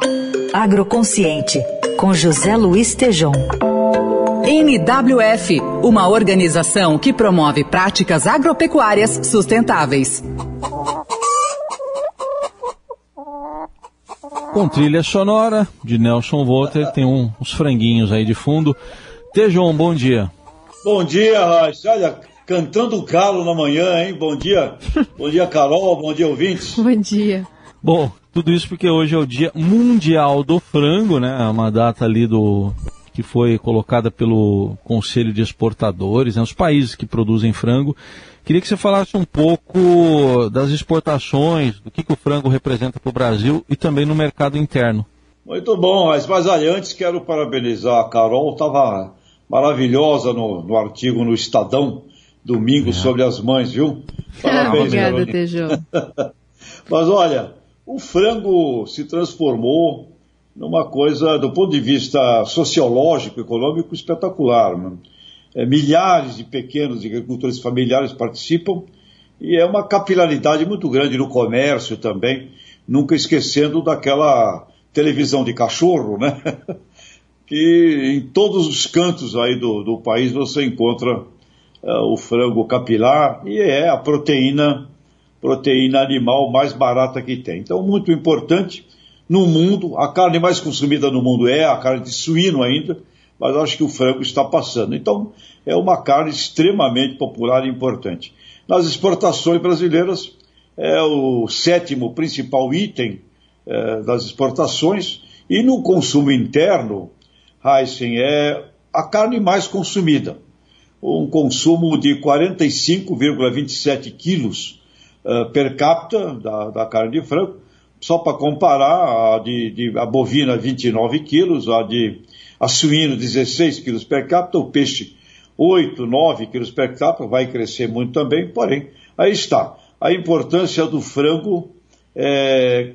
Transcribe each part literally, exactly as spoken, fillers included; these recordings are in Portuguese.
Agroconsciente, com José Luiz Tejom. N W F, uma organização que promove práticas agropecuárias sustentáveis. Com trilha sonora de Nelson Volter, tem um, uns franguinhos aí de fundo. Tejom, bom dia. Bom dia, Raíssa. Olha, cantando calo na manhã, hein? Bom dia. Bom dia, Carol. Bom dia, ouvintes. Bom dia. Bom, tudo isso porque hoje é o Dia Mundial do Frango, né? É uma data ali do que foi colocada pelo Conselho de Exportadores, né? Os países que produzem frango. Queria que você falasse um pouco das exportações, do que, que o frango representa para o Brasil e também no mercado interno. Muito bom, mas, mas aí, antes quero parabenizar a Carol, estava maravilhosa no, no artigo no Estadão, domingo, é. sobre as mães, viu? Parabéns, obrigada, Tejão. Mas olha, o frango se transformou numa coisa, do ponto de vista sociológico, econômico, espetacular, né? É, milhares de pequenos agricultores familiares participam e é uma capilaridade muito grande no comércio também, nunca esquecendo daquela televisão de cachorro, né? Que em todos os cantos aí do, do país você encontra uh, o frango capilar e é a proteína, proteína animal mais barata que tem. Então, muito importante no mundo, a carne mais consumida no mundo é a carne de suíno ainda, mas acho que o frango está passando. Então, é uma carne extremamente popular e importante. Nas exportações brasileiras, é o sétimo principal item é, das exportações, e no consumo interno, Heisen, é a carne mais consumida. Um consumo de quarenta e cinco vírgula vinte e sete quilos uh, per capita da, da carne de frango, só para comparar, a, de, de, a bovina vinte e nove quilos, a de a suíno dezesseis quilos per capita, o peixe oito, nove quilos per capita, vai crescer muito também, porém, aí está. A importância do frango é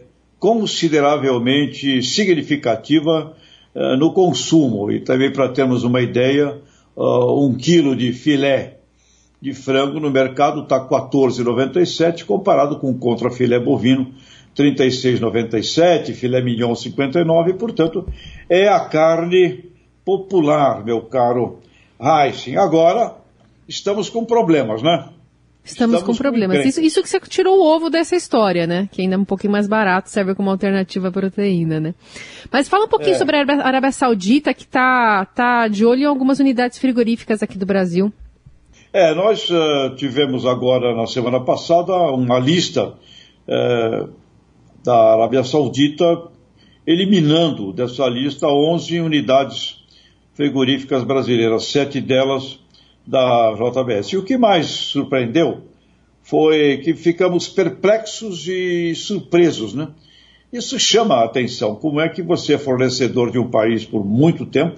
consideravelmente significativa uh, no consumo, e também para termos uma ideia, uh, um quilo de filé de frango no mercado está quatorze reais e noventa e sete centavos, comparado com o contrafilé bovino, trinta e seis reais e noventa e sete centavos, filé mignon cinquenta e nove centavos, portanto, é a carne popular, meu caro Heisen. Agora, estamos com problemas, né? Estamos, estamos com problemas. Com isso, isso que você tirou o ovo dessa história, né? Que ainda é um pouquinho mais barato, serve como alternativa à proteína, né? Mas fala um pouquinho é. sobre a Arábia Saudita, que está tá de olho em algumas unidades frigoríficas aqui do Brasil. É, nós uh, tivemos agora, na semana passada, uma lista uh, da Arábia Saudita eliminando dessa lista onze unidades frigoríficas brasileiras, sete delas da J B S. E o que mais surpreendeu foi que ficamos perplexos e surpresos, né? Isso chama a atenção. Como é que você é fornecedor de um país por muito tempo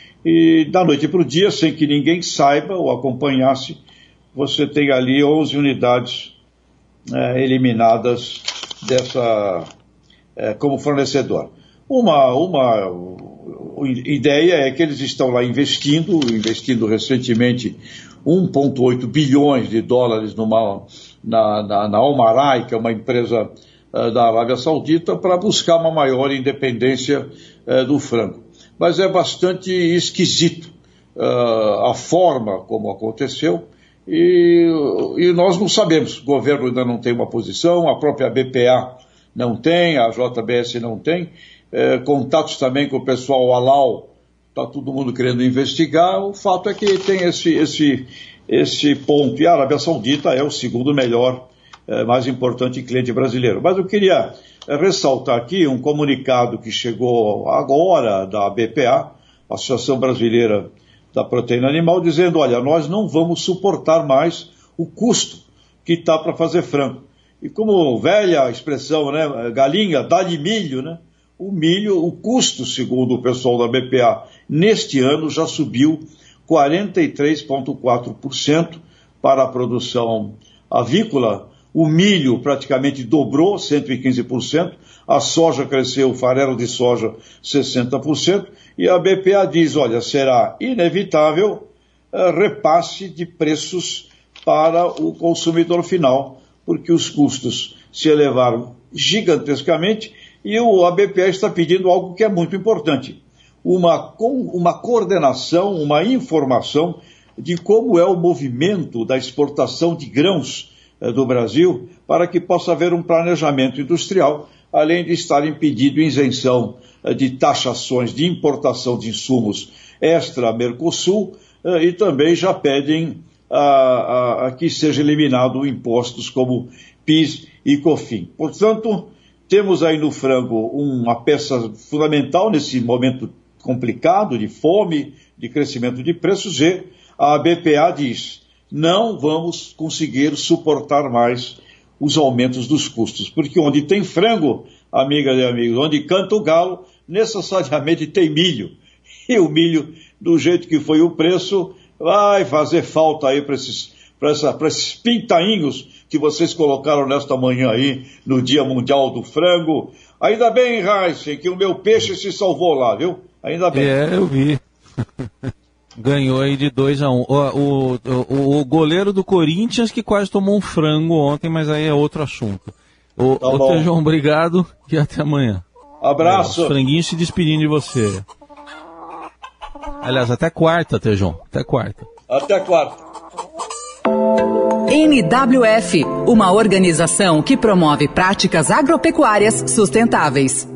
e da noite para o dia, sem que ninguém saiba ou acompanhasse, você tem ali onze unidades é, eliminadas dessa, é, como fornecedor. Uma, uma ideia é que eles estão lá investindo, investindo recentemente um vírgula oito bilhões de dólares numa, na, na, na Almarai, que é uma empresa uh, da Arábia Saudita, para buscar uma maior independência uh, do frango. Mas é bastante esquisito uh, a forma como aconteceu e, e nós não sabemos. O governo ainda não tem uma posição, a própria B P A não tem, a J B S não tem. É, contatos também com o pessoal Halal, está todo mundo querendo investigar. O fato é que tem esse, esse, esse ponto, e a Arábia Saudita é o segundo melhor, é, mais importante cliente brasileiro. Mas eu queria ressaltar aqui um comunicado que chegou agora da B P A, Associação Brasileira da Proteína Animal, dizendo, olha, nós não vamos suportar mais o custo que está para fazer frango. E como velha expressão, né, galinha dá-lhe milho, né? O milho, o custo, segundo o pessoal da B P A, neste ano já subiu quarenta e três vírgula quatro por cento para a produção avícola. O milho praticamente dobrou, cento e quinze por cento. A soja cresceu, o farelo de soja, sessenta por cento. E a B P A diz, olha, será inevitável uh, repasse de preços para o consumidor final, porque os custos se elevaram gigantescamente E o A B P A está pedindo algo que é muito importante, uma, uma coordenação, uma informação de como é o movimento da exportação de grãos eh, do Brasil, para que possa haver um planejamento industrial, além de estarem pedindo isenção eh, de taxações de importação de insumos extra-Mercosul, eh, e também já pedem a, a, a que seja eliminado impostos como PIS e COFINS. Portanto, temos aí no frango uma peça fundamental nesse momento complicado de fome, de crescimento de preços, e a A B P A diz, não vamos conseguir suportar mais os aumentos dos custos, porque onde tem frango, amigas e amigos, onde canta o galo, necessariamente tem milho, e o milho, do jeito que foi o preço, vai fazer falta aí para esses, para essa, para esses pintainhos que vocês colocaram nesta manhã aí, no Dia Mundial do Frango. Ainda bem, Raíssa, que o meu peixe se salvou lá, viu? Ainda bem. É, eu vi. Ganhou aí de dois a um. O, o, o, o goleiro do Corinthians que quase tomou um frango ontem, mas aí é outro assunto. O, tá o Tejão, obrigado e até amanhã. Abraço. Os franguinhos se despedindo de você. Aliás, até quarta, Tejão. Até quarta. Até quarta. N W F, uma organização que promove práticas agropecuárias sustentáveis.